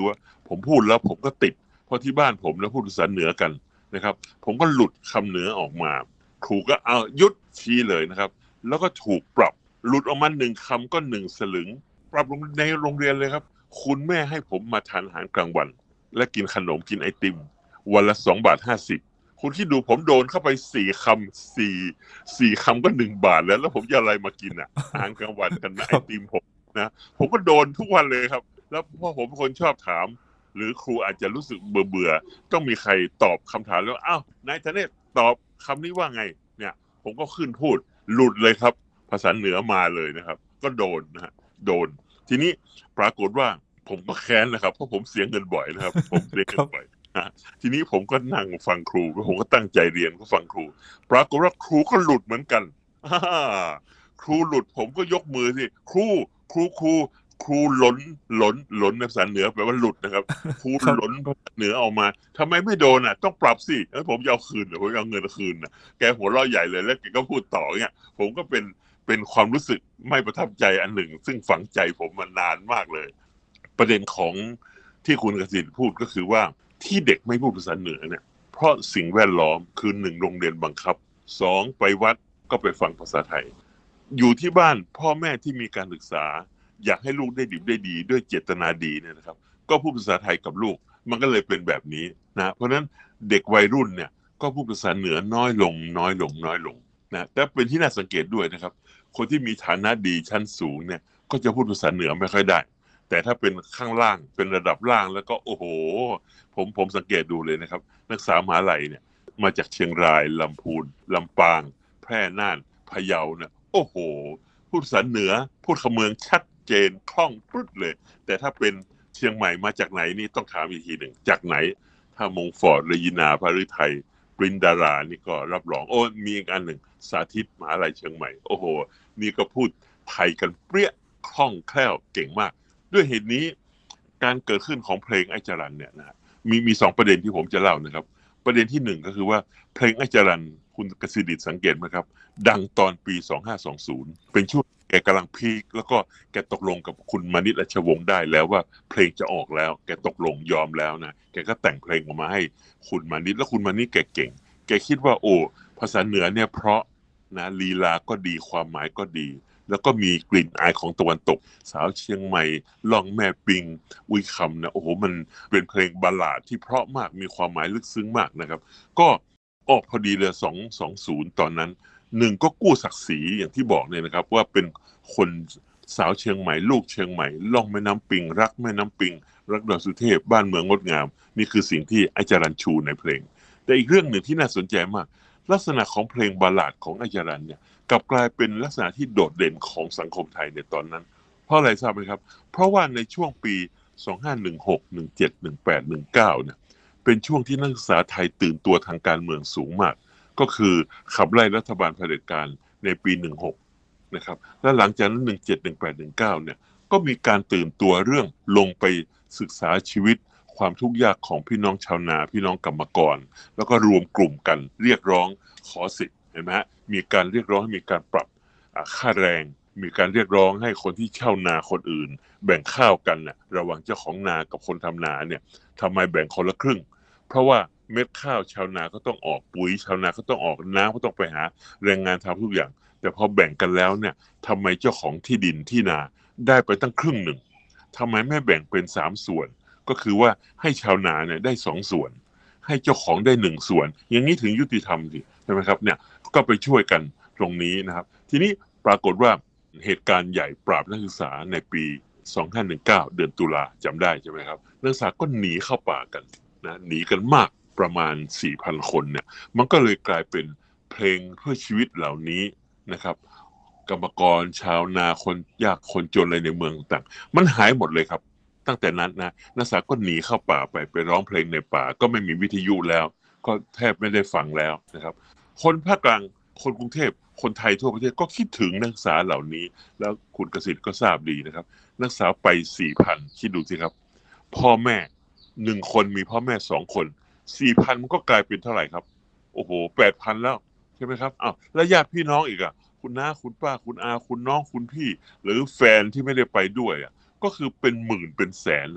ผมพูดแล้วผมก็ติดเพราะที่บ้านผมแล้วพูดภาษาเหนือกันนะครับผมก็หลุดคำเหนือออกมาครูก็เอายุดชี้เลยนะครับแล้วก็ถูกปรับหลุดออกมาหนึ่งคำก็หนึ่งสลึงปรับลงในโรงเรียนเลยครับคุณแม่ให้ผมมาทานอาหารกลางวันและกินขนมกินไอติมวันละสองบาทห้าสิบคุณคิดดูผมโดนเข้าไปสี่คำสี่สี่คำก็หนึ่งบาทแล้วแล้วผมจะอะไรมากินอ่ะอาหารกลางวันกันนะไอติมผมนะผมก็โดนทุกวันเลยครับแล้วพ่อผมเป็นคนชอบถามหรือครูอาจจะรู้สึกเบื่อเบื่อต้องมีใครตอบคำถามแล้วอ้าวนายธเนศตอบคำนี้ว่าไงเนี่ยผมก็ขึ้นพูดหลุดเลยครับภาษาเหนือมาเลยนะครับก็โดนนะฮะโดนทีนี้ปรากฏว่าผมก็แค้นนะครับเพราะผมเสียเงินบ่อยนะครับผมเสียเงินบ่อยทีนี้ผมก็นั่งฟังครูผมก็ตั้งใจเรียนก็ฟังครูปรากฏว่าครูก็หลุดเหมือนกันครูหลุดผมก็ยกมือสิครูครูครูครูหล้นหล้นหล้นในภาษาเหนือแปลว่าหลุดนะครับครูหล้นภาษาเหนือออกมาทำไมไม่โดนอ่ะต้องปรับสิแล้วผมจะเอาคืนผมจะเอาเงินคืนนะแกหัวเราะใหญ่เลยแล้วแกก็พูดต่อเนี่ยผมก็เป็นเป็นความรู้สึกไม่ประทับใจอันหนึ่งซึ่งฝังใจผมมานานมากเลยประเด็นของที่คุณกสิทธิ์พูดก็คือว่าที่เด็กไม่พูดภาษาเหนือเนี่ยเพราะสิ่งแวดล้อมคือหนึ่งโรงเรียนบังคับสองไปวัดก็ไปฟังภาษาไทยอยู่ที่บ้านพ่อแม่ที่มีการศึกษาอยากให้ลูกได้ดีได้ดีด้วยเจตนาดีเนี่ยนะครับก็พูดภาษาไทยกับลูกมันก็เลยเป็นแบบนี้นะเพราะฉะนั้นเด็กวัยรุ่นเนี่ยก็พูดภาษาเหนือน้อยลงน้อยลงน้อยลงนะแต่เป็นที่น่าสังเกตด้วยนะครับคนที่มีฐานะดีชั้นสูงเนี่ยก็จะพูดภาษาเหนือไม่ค่อยได้แต่ถ้าเป็นข้างล่างเป็นระดับล่างแล้วก็โอ้โหผมผมสังเกตดูเลยนะครับนักศึกษามหาลัยเนี่ยมาจากเชียงรายลำพูนลำปางแพร่น่านพะเยาเนี่ยโอ้โหพูดภาษาเหนือพูดคำเมืองชัดเจนคล่องปึ๊ดเลยแต่ถ้าเป็นเชียงใหม่มาจากไหนนี่ต้องถามอีกทีหนึ่งจากไหนถ้ามงฟอร์ดเรยินาภฤทัยปรินดารานี่ก็รับรองโอ้มีอีกอันหนึ่งสาธิตมหาลัยเชียงใหม่โอ้โหนี่ก็พูดไทยกันเปรี้ยคล่องแคล่วเก่งมากด้วยเหตุนี้การเกิดขึ้นของเพลงไอ้จรัญเนี่ยนะมีมีสองประเด็นที่ผมจะเล่านะครับประเด็นที่หนึ่งก็คือว่าเพลงไอ้จรัญคุณกสิทธิ์สังเกตไหมครับดังตอนปีสองพันห้าร้อยยี่สิบเป็นช่วงแกกำลังพีคแล้วก็แกตกลงกับคุณมานิต ราชวงศ์ได้แล้วว่าเพลงจะออกแล้วแกตกลงยอมแล้วนะแกก็แต่งเพลงออกมาให้คุณมานิตแล้วคุณมานิตแกเก่งแกคิดว่าโอ้ภาษาเหนือเนี่ยเพราะนะลีลาก็ดีความหมายก็ดีแล้วก็มีกลิ่นอายของตะวันตกสาวเชียงใหม่ล่องแม่ปิงอุ้ยคำนะโอ้โหมันเป็นเพลงบัลลาดที่เพราะมากมีความหมายลึกซึ้งมากนะครับก็ออกพอดีเลยสองพันยี่สิบตอนนั้นหนึ่งก็กู้ศักดิ์ศรีอย่างที่บอกเนี่ยนะครับว่าเป็นคนสาวเชียงใหม่ลูกเชียงใหม่ล่องแม่น้ำปิงรักแม่น้ำปิงรักดอยสุเทพบ้านเมืองงดงามนี่คือสิ่งที่ไอ้จรัญชูในเพลงแต่อีกเรื่องหนึ่งที่น่าสนใจมากลักษณะของเพลงบัลลาดของไอ้จรัญเนี่ยกลับกลายเป็นลักษณะที่โดดเด่นของสังคมไทยในตอนนั้นเพราะอะไรทราบไหมครับเพราะว่าในช่วงปีสองพันห้าร้อยสิบหก สิบเจ็ด สิบแปด สิบเก้าเนี่ยเป็นช่วงที่นักศึกษาไทยตื่นตัวทางการเมืองสูงมากก็คือขับไล่รัฐบาลเผด็จการในปีสิบหกนะครับและหลังจากนั้นสิบเจ็ด สิบแปด สิบเก้าเนี่ยก็มีการตื่นตัวเรื่องลงไปศึกษาชีวิตความทุกข์ยากของพี่น้องชาวนาพี่น้องกรรมกรแล้วก็รวมกลุ่มกันเรียกร้องขอสิทธิ์เห็นไหมฮะมีการเรียกร้องให้มีการปรับค่าแรงมีการเรียกร้องให้คนที่เช่านาคนอื่นแบ่งข้าวกันน่ะระหว่างเจ้าของนากับคนทำนาเนี่ยทำไมแบ่งคนละครึ่งเพราะว่าเม็ดข้าวชาวนาก็ต้องออกปุ๋ยชาวนาก็ต้องออกน้ำก็ต้องไปหาแรงงานทำทุกอย่างแต่พอแบ่งกันแล้วเนี่ยทำไมเจ้าของที่ดินที่นาได้ไปตั้งครึ่งหนึ่งทำไมไม่แบ่งเป็นสามส่วนก็คือว่าให้ชาวนาเนี่ยได้สองส่วนให้เจ้าของได้หนึ่งส่วนอย่างนี้ถึงยุติธรรมสิใช่ไหมครับเนี่ยก็ไปช่วยกันตรงนี้นะครับทีนี้ปรากฏว่าเหตุการณ์ใหญ่ปราบนักศึกษาในปีสองพันห้าร้อยสิบเก้าเดือนตุลาจำได้ใช่ไหมครับนักศึกษาก็หนีเข้าป่ากันนะหนีกันมากประมาณ สี่พัน คนเนี่ยมันก็เลยกลายเป็นเพลงเพื่อชีวิตเหล่านี้นะครับกรรมกรชาวนาคนยากคนจนอะไรในเมืองต่างมันหายหมดเลยครับตั้งแต่นั้นนะนักศึกษาก็หนีเข้าป่าไปไปร้องเพลงในป่าก็ไม่มีวิทยุแล้วก็แทบไม่ได้ฟังแล้วนะครับคนภาคกลางคนกรุงเทพคนไทยทั่วประเทศก็คิดถึงนักศึกษาเหล่านี้แล้วคุณกสิทธิ์ก็ทราบดีนะครับนักศึกษาไป สี่พัน คิดดูสิครับพ่อแม่หนึ่งคนมีพ่อแม่สองคน สี่พัน มันก็กลายเป็นเท่าไหร่ครับโอ้โห แปดพัน แล้วใช่ไหมครับอ้าวแล้วญาติพี่น้องอีกอ่ะคุณน้าคุณป้าคุณอาคุณน้องคุณพี่หรือแฟนที่ไม่ได้ไปด้วยอ่ะก็คือเป็นหมื่นเป็นแสนนะครับ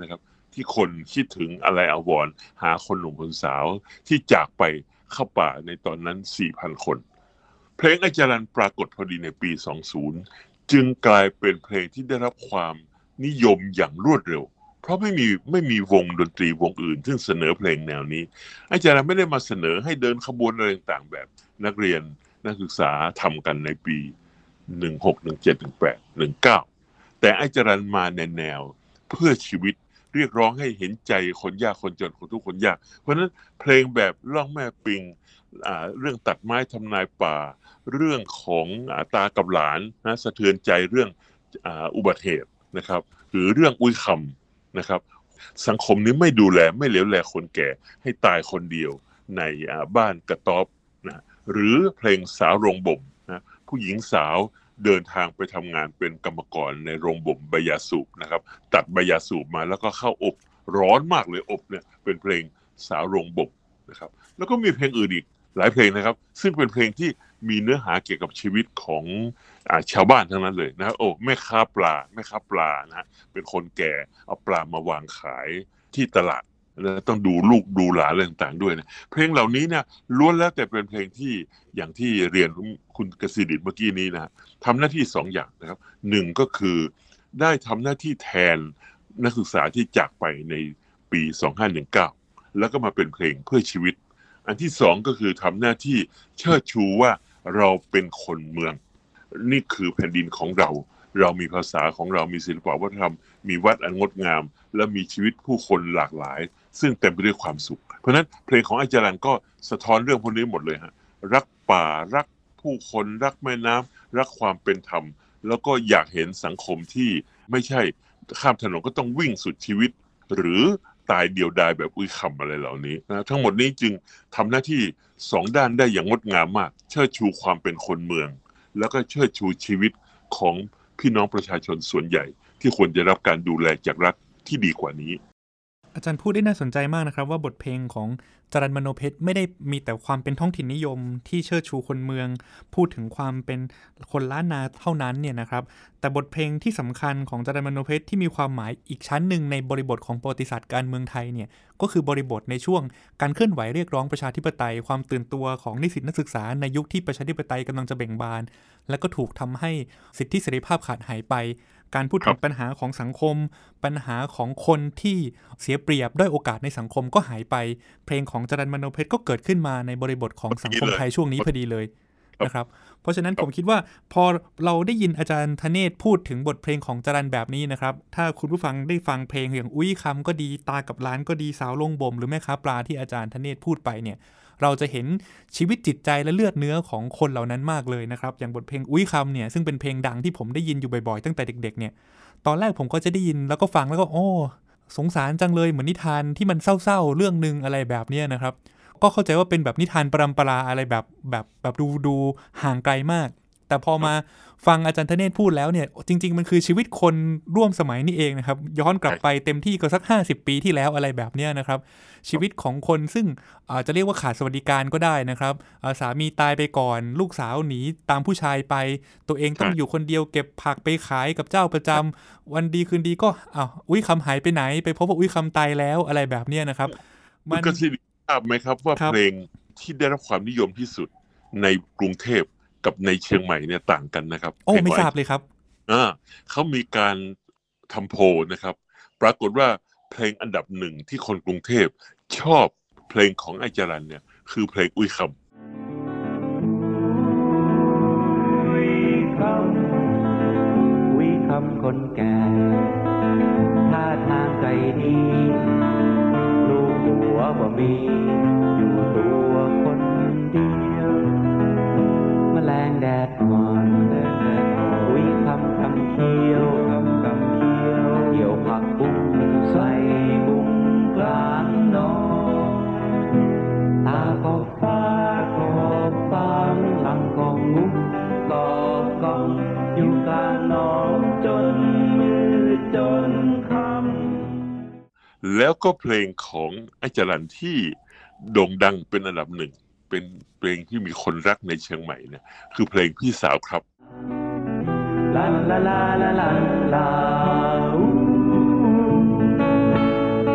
ที่คนคิดถึงอะไรอาวรณ์หาคนหนุ่มคนสาวที่จากไปเข้าป่าในตอนนั้น สี่พัน คนเพลงไอจรัญปรากฏพอดีในปี สองพัน จึงกลายเป็นเพลงที่ได้รับความนิยมอย่างรวดเร็วเพราะไม่มีไม่มีวงดนตรีวงอื่นซึ่งเสนอเพลงแนวนี้ไอจรัญไม่ได้มาเสนอให้เดินขบวนอะไรต่างๆแบบนักเรียนนักศึกษาทำกันในปีหนึ่งหก หนึ่งเจ็ด หนึ่งแปด หนึ่งเก้าแต่ไอจรัญมาในแนวเพื่อชีวิตเรียกร้องให้เห็นใจคนยากคนจนคนทุกคนยากเพราะฉะนั้นเพลงแบบล่องแม่ปิงอ่าเรื่องตัดไม้ทำนายป่าเรื่องของอ่าตากับหลานนะสะเทือนใจเรื่องอ่าอุบัติเหตุนะครับหรือเรื่องอุ้ยคำนะครับสังคมนี้ไม่ดูแลไม่เหลียวแลคนแก่ให้ตายคนเดียวในอ่าบ้านกระต๊อบนะหรือเพลงสาวโรงบ่มนะผู้หญิงสาวเดินทางไปทำงานเป็นกรรมกรในโรงบ่มใบยาสูบนะครับตัดใบยาสูบมาแล้วก็เข้าอบร้อนมากเลยอบเนี่ยเป็นเพลงสาวโรงบ่มนะครับแล้วก็มีเพลงอื่นอีกหลายเพลงนะครับซึ่งเป็นเพลงที่มีเนื้อหาเกี่ยวกับชีวิตของอ่าชาวบ้านทั้งนั้นเลยนะครับโอ้แม่ค้าปลาแม่ค้าปลานะฮะเป็นคนแก่เอาปลามาวางขายที่ตลาดแล้วต้องดูลูกดูหลานอะไรต่างๆด้วยนะเพลงเหล่านี้เนี่ยล้วนแล้วแต่เป็นเพลงที่อย่างที่เรียนคุณกสิดิษฐ์เมื่อกี้นี้นะทำหน้าที่สองอย่างนะครับหนึ่งก็คือได้ทำหน้าที่แทนนักศึกษาที่จากไปในปีสองพันห้าร้อยสิบเก้าแล้วก็มาเป็นเพลงเพื่อชีวิตอันที่สองก็คือทำหน้าที่เชิดชูว่าเราเป็นคนเมืองนี่คือแผ่นดินของเราเรามีภาษาของเรามีศิลปวัฒนธรรมมีวัดอันงดงามและมีชีวิตผู้คนหลากหลายซึ่งเต็มไปด้วยความสุขเพราะฉะนั้นเพลงของไอจรัญก็สะท้อนเรื่องพวกนี้หมดเลยฮะรักป่ารักผู้คนรักแม่น้ำรักความเป็นธรรมแล้วก็อยากเห็นสังคมที่ไม่ใช่ข้ามถนนก็ต้องวิ่งสุดชีวิตหรือตายเดียวดายแบบอุ้ยคำอะไรเหล่านี้นะทั้งหมดนี้จึงทำหน้าที่สองด้านได้อย่างงดงามมากเชิดชูความเป็นคนเมืองแล้วก็เชิดชูชีวิตของพี่น้องประชาชนส่วนใหญ่ที่ควรจะรับการดูแลจากรัฐที่ดีกว่านี้อาจารย์พูดได้น่าสนใจมากนะครับว่าบทเพลงของจรัญ มโนเพชรไม่ได้มีแต่ความเป็นท้องถิ่นนิยมที่เชิดชูคนเมืองพูดถึงความเป็นคนล้านนาเท่านั้นเนี่ยนะครับแต่บทเพลงที่สำคัญของจรัญ มโนเพชรที่มีความหมายอีกชั้นหนึ่งในบริบทของประวัติศาสตร์การเมืองไทยเนี่ยก็คือบริบทในช่วงการเคลื่อนไหวเรียกร้องประชาธิปไตยความตื่นตัวของนิสิตนักศึกษาในยุคที่ประชาธิปไตยกำลังจะเบ่งบานและก็ถูกทำให้สิทธิเสรีภาพขาดหายไปการพูดถึงปัญหาของสังคมปัญหาของคนที่เสียเปรียบด้อยโอกาสในสังคมก็หายไปเพลงของจรัญ มโนเพชรก็เกิดขึ้นมาในบริบทของสังคมไทยช่วงนี้พอดีเลยนะครับเพราะฉะนั้นผมคิดว่าพอเราได้ยินอาจารย์ธเนศพูดถึงบทเพลงของจรัญแบบนี้นะครับถ้าคุณผู้ฟังได้ฟังเพลงอย่างอุ้ยคำก็ดีตากับล้านก็ดีสาวลงบ่มหรือแม่ค้าปลาที่อาจารย์ธเนศพูดไปเนี่ยเราจะเห็นชีวิตจิตใจและเลือดเนื้อของคนเหล่านั้นมากเลยนะครับอย่างบทเพลงอุ้ยคำเนี่ยซึ่งเป็นเพลงดังที่ผมได้ยินอยู่บ่อยๆตั้งแต่เด็กๆเนี่ยตอนแรกผมก็จะได้ยินแล้วก็ฟังแล้วก็โอ้สงสารจังเลยเหมือนนิทานที่มันเศร้าๆเรื่องนึงอะไรแบบนี้นะครับก็เข้าใจว่าเป็นแบบนิทานปรัมปราอะไรแบบแบบแบบดูดูห่างไกลมากแต่พอมาฟังอาจารย์ธเนศพูดแล้วเนี่ยจริงๆมันคือชีวิตคนร่วมสมัยนี่เองนะครับย้อนกลับไปเต็มที่ก็สักห้าสิบปีที่แล้วอะไรแบบนี้นะครับชีวิตของคนซึ่งอาจจะเรียกว่าขาดสวัสดิการก็ได้นะครับสามีตายไปก่อนลูกสาวหนีตามผู้ชายไปตัวเองต้องอยู่คนเดียวเก็บผักไปขายกับเจ้าประจำวันดีคืนดีก็อ้าวอุ้ยคำหายไปไหนไปพบว่าอุ้ยคำตายแล้วอะไรแบบนี้นะครับมันก็สิทราบไหมครับว่าเพลงที่ได้รับความนิยมที่สุดในกรุงเทพกับในเชียงใหม่เนี่ยต่างกันนะครับโอ้ไม่ทราบเลยครับอ่าเขามีการทำโพลนะครับปรากฏว่าเพลงอันดับหนึ่งที่คนกรุงเทพชอบเพลงของไอจรัญเนี่ยคือเพลงอุ้ยคำอุ้ยคำอุ้ยคำคนแก่ท่าทางใจดีลูกหัวบ่มีอยู่ตัวคนเดียวแมลงแดดอ่อนอุ้ยคำคำเขียวคำคำเขียวเกี่ยวผักบุ้งใส่บุ้งกลางนองตาก็ฟ้ากอบฟางหลังกองมุ้งกอบกองอยู่กลางนองจนมืดจนค่ำแล้วก็เพลงของไอจรัญที่โด่งดังเป็นอันดับหนึ่งเป็นเพลงที่มีคนรักในเชียงใหม่เนี่ยคือเพลงพี่สาวครับลาลาลาลาลาลา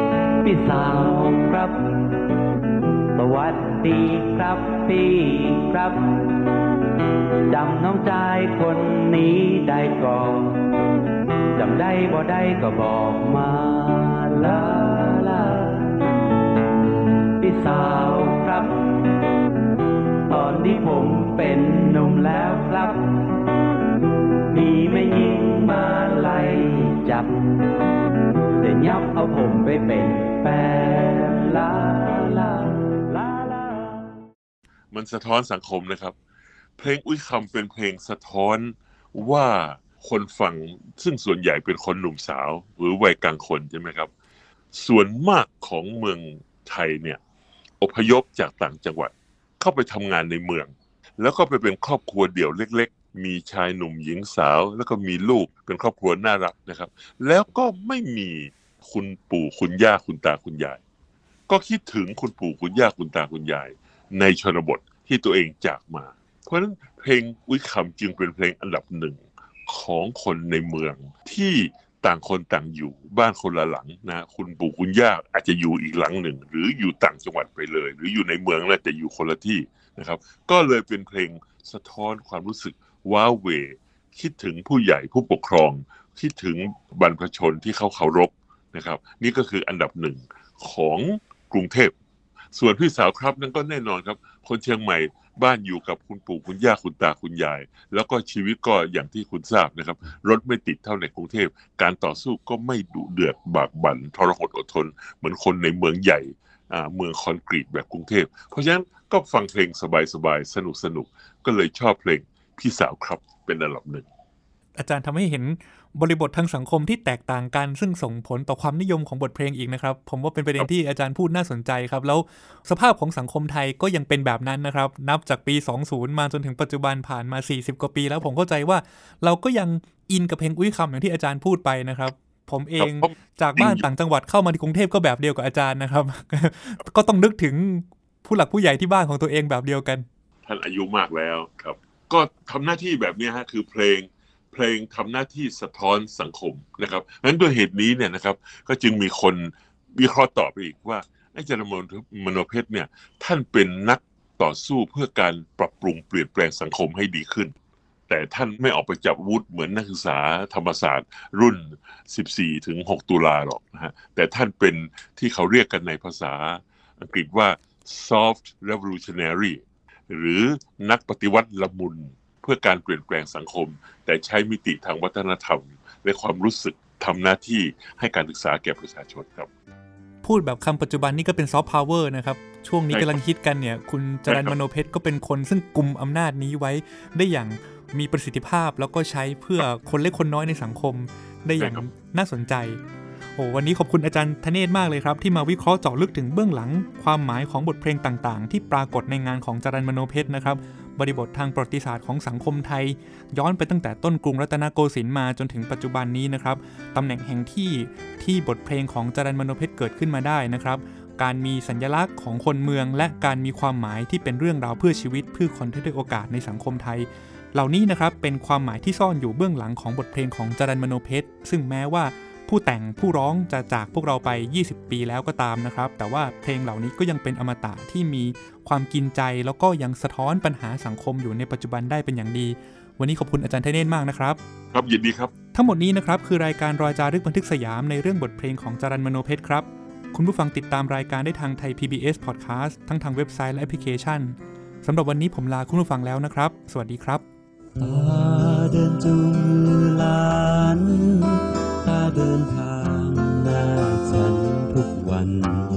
พี่สาวครับสวัสดีครับพี่ครับจำน้องชายคนนี้ได้ก่อนจำได้บ่ได้ก็บอกมาลาลาพี่สาวครับตอนที่ผมเป็นหนุ่มแล้วครับมีแม่หญิงมาไล่จับแต่ยับเอาผมไปเป็นแฟนลาลาลาลามันสะท้อนสังคมนะครับเพลงอุ้ยคำเป็นเพลงสะท้อนว่าคนฟังซึ่งส่วนใหญ่เป็นคนหนุ่มสาวหรือวัยกลางคนใช่ไหมครับส่วนมากของเมืองไทยเนี่ยอพยพจากต่างจังหวัดเข้าไปทำงานในเมืองแล้วก็ไปเป็นครอบครัวเดี่ยวเล็กๆมีชายหนุ่มหญิงสาวแล้วก็มีลูกเป็นครอบครัวน่ารักนะครับแล้วก็ไม่มีคุณปู่คุณย่าคุณตาคุณยายก็คิดถึงคุณปู่คุณย่าคุณตาคุณยายในชนบทที่ตัวเองจากมาเพราะฉะนั้นเพลงอุ้ยคำจึงเป็นเพลงอันดับหนึ่งของคนในเมืองที่ต่างคนต่างอยู่บ้านคนละหลังนะคุณปู่คุณย่าอาจจะอยู่อีกหลังหนึ่งหรืออยู่ต่างจังหวัดไปเลยหรืออยู่ในเมืองแล้วแต่อยู่คนละที่นะครับก็เลยเป็นเพลงสะท้อนความรู้สึกว้าเหวคิดถึงผู้ใหญ่ผู้ปกครองคิดถึงบรรพชนที่เขาเคารพนะครับนี่ก็คืออันดับหนึ่งของกรุงเทพส่วนพี่สาวครับนั่นก็แน่นอนครับคนเชียงใหม่บ้านอยู่กับคุณปู่คุณย่าคุณตาคุณยายแล้วก็ชีวิตก็อย่างที่คุณทราบนะครับรถไม่ติดเท่าในกรุงเทพการต่อสู้ก็ไม่ดุเดือดบากบั่นทรหดอดทนเหมือนคนในเมืองใหญ่อ่าเมืองคอนกรีตแบบกรุงเทพเพราะฉะนั้นก็ฟังเพลงสบายๆสนุกๆก็เลยชอบเพลงพี่สาวครับเป็นอันดับหนึ่งอาจารย์ทำให้เห็นบริบททางสังคมที่แตกต่างกันซึ่งส่งผลต่อความนิยมของบทเพลงอีกนะครับผมว่าเป็นประเด็นที่อาจารย์พูดน่าสนใจครับแล้วสภาพของสังคมไทยก็ยังเป็นแบบนั้นนะครับนับจากปีสองสิบมาจนถึงปัจจุบันผ่านมาสี่สิบกว่าปีแล้วผมเข้าใจว่าเราก็ยังอินกับเพลงอุ้ยคำอย่างที่อาจารย์พูดไปนะครับผมเองจากบ้านต่างจังหวัดเข้ามาที่กรุงเทพก็แบบเดียวกับอาจารย์นะครับ ก็ต้องนึกถึงผู้หลักผู้ใหญ่ที่บ้านของตัวเองแบบเดียวกันท่านอายุมากแล้วครับก็ทำหน้าที่แบบนี้ฮะคือเพลงเพลงทำหน้าที่สะท้อนสังคมนะครับงั้นด้วยเหตุนี้เนี่ยนะครับก็จึงมีคนวิเคราะห์ต่อไปอีกว่าไอ้จารย์มโนเพชรเนี่ยท่านเป็นนักต่อสู้เพื่อการปรับปรุงเปลี่ยนแปลงสังคมให้ดีขึ้นแต่ท่านไม่ออกไปจับอาวุธเหมือนนักศึกษาธรรมศาสตร์รุ่นสิบสี่ถึงหกตุลาหรอกนะฮะแต่ท่านเป็นที่เขาเรียกกันในภาษาอังกฤษว่า soft revolutionary หรือนักปฏิวัติละมุนเพื่อการเปลี่ยนแปลงสังคมแต่ใช้มิติทางวัฒนธรรมและความรู้สึกทำหน้าที่ให้การศึกษาแก่ประชาชนครับพูดแบบคำปัจจุบันนี่ก็เป็นซอฟต์พาวเวอร์นะครับช่วงนี้กำลังฮิตกันเนี่ยคุณจรัญมโนเพชรก็เป็นคนซึ่งกุมอำนาจนี้ไว้ได้อย่างมีประสิทธิภาพแล้วก็ใช้เพื่อคนเล็กคนน้อยในสังคมได้อย่างน่าสนใจโอ้วันนี้ขอบคุณอาจารย์ธเนศมากเลยครับที่มาวิเคราะห์เจาะลึกถึงเบื้องหลังความหมายของบทเพลงต่างๆที่ปรากฏในงานของจรัญมโนเพชรนะครับบริบททางประวัติศาสตร์ของสังคมไทยย้อนไปตั้งแต่ต้นกรุงรัตนโกสินทร์มาจนถึงปัจจุบันนี้นะครับตำแหน่งแห่งที่ที่บทเพลงของจรัญมโนเพชรเกิดขึ้นมาได้นะครับการมีสัญลักษณ์ของคนเมืองและการมีความหมายที่เป็นเรื่องราวเพื่อชีวิตเพื่อคนที่ได้โอกาสในสังคมไทยเหล่านี้นะครับเป็นความหมายที่ซ่อนอยู่เบื้องหลังของบทเพลงของจรัญมโนเพชรซึ่งแม้ว่าผู้แต่งผู้ร้องจะจากพวกเราไปยี่สิบปีแล้วก็ตามนะครับแต่ว่าเพลงเหล่านี้ก็ยังเป็นอมตะที่มีความกินใจแล้วก็ยังสะท้อนปัญหาสังคมอยู่ในปัจจุบันได้เป็นอย่างดีวันนี้ขอบคุณอาจารย์ธเนศมากนะครับครับยินดีครับทั้งหมดนี้นะครับคือรายการรอยจารึกบันทึกสยามในเรื่องบทเพลงของจรัญมโนเพชรครับคุณผู้ฟังติดตามรายการได้ทางไทย พี บี เอส Podcast ทั้งทางเว็บไซต์และแอปพลิเคชันสำหรับวันนี้ผมลาคุณผู้ฟังแล้วนะครับสวัสดีครับตาเดินจูงมือหลานตาเดินทางหน้าฉันทุกวัน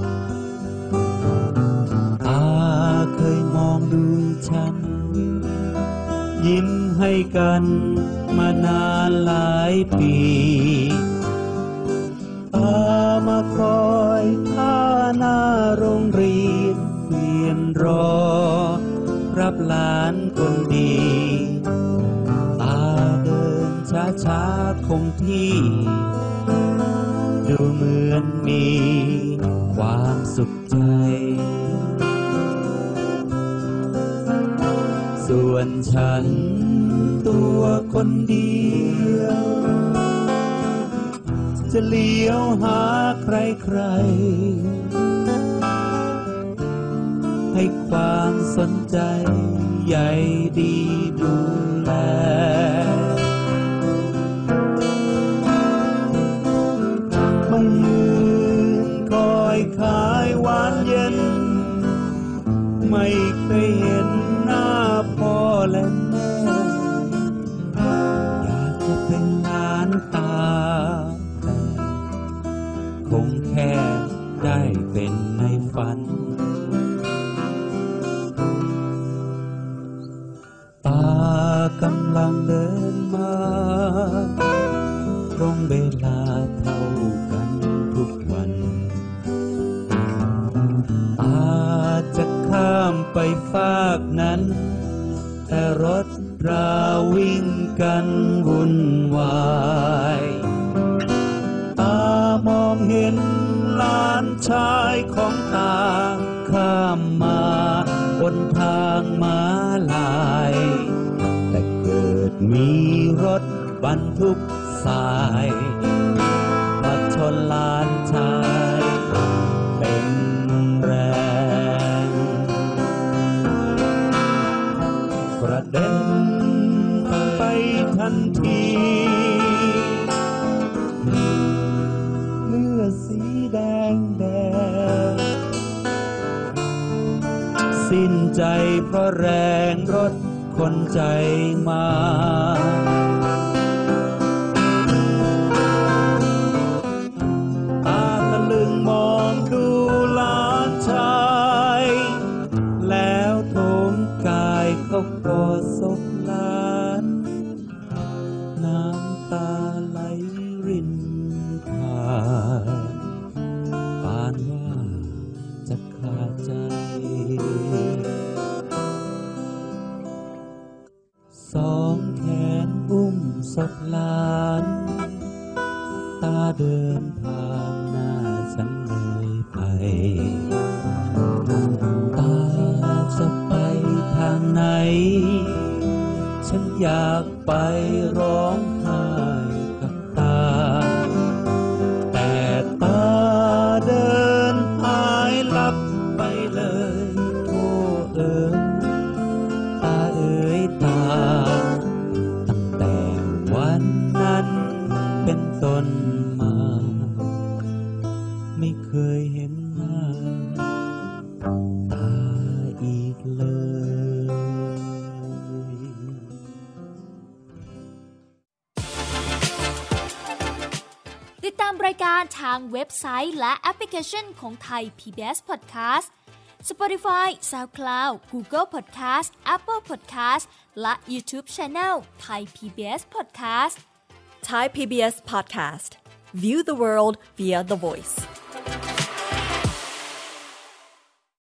ตาเคยมองดูฉันยิ้มให้กันมานานหลายปีตามาคอยท่าหน้าโรงเรียนเวียนรอรับหลานคนดีตาเดินช้าๆคงที่ดูเหมือนมีความสุขใจส่วนฉันตัวคนเดียวจะเลี้ยวหาใครใครๆให้ความสนใจใหญ่ดีดูแลมายืนคอยขายหวานเย็นไม่เคยเห็นหน้าพ่อและแม่อยากจะเป็นหลานตาแต่คงแค่ได้เป็นในฝันตากำลังเดินมาตรงเวลาเท่ากันทุกวันอาจจะข้ามไปฟากนั้นแต่รถราวิ่งกันวุ่นวายตามองเห็นหลานชายของตาข้ามมาบนทางม้าลายแต่เกิดมีรถบรรทุกทรายมาชนหลานชายเป็นแรงกระเด็นไปทันทีเลือดสีแดงแดงสิ้นใจเพราะแรงรถคนใจมาตาตะลึงมองดูหลานชายแล้วโถมกายเขากอดศพหลานน้ำตาไหลรินทานปานว่าจะขาดใจสองแขนอุ้มศพหลานตาเดินผ่านหน้าฉันเลยไปตาจะไปทางไหนฉันอยากไปร้องไห้กับตาแต่ตาเดินหายลับไปเลยโธ่เอ๋ยตาเอ๋ยตาตั้งแต่วันนั้นเป็นต้นมาไม่เคยเห็นหน้าตาอีกเลยติดตามรายการทางเว็บไซต์และแอปพลิเคชันของไทย พี บี เอส Podcast Spotify, SoundCloud, Google Podcast, Apple Podcast และ YouTube Channel Thai พี บี เอส Podcast Thai พี บี เอส Podcast View the world via the voice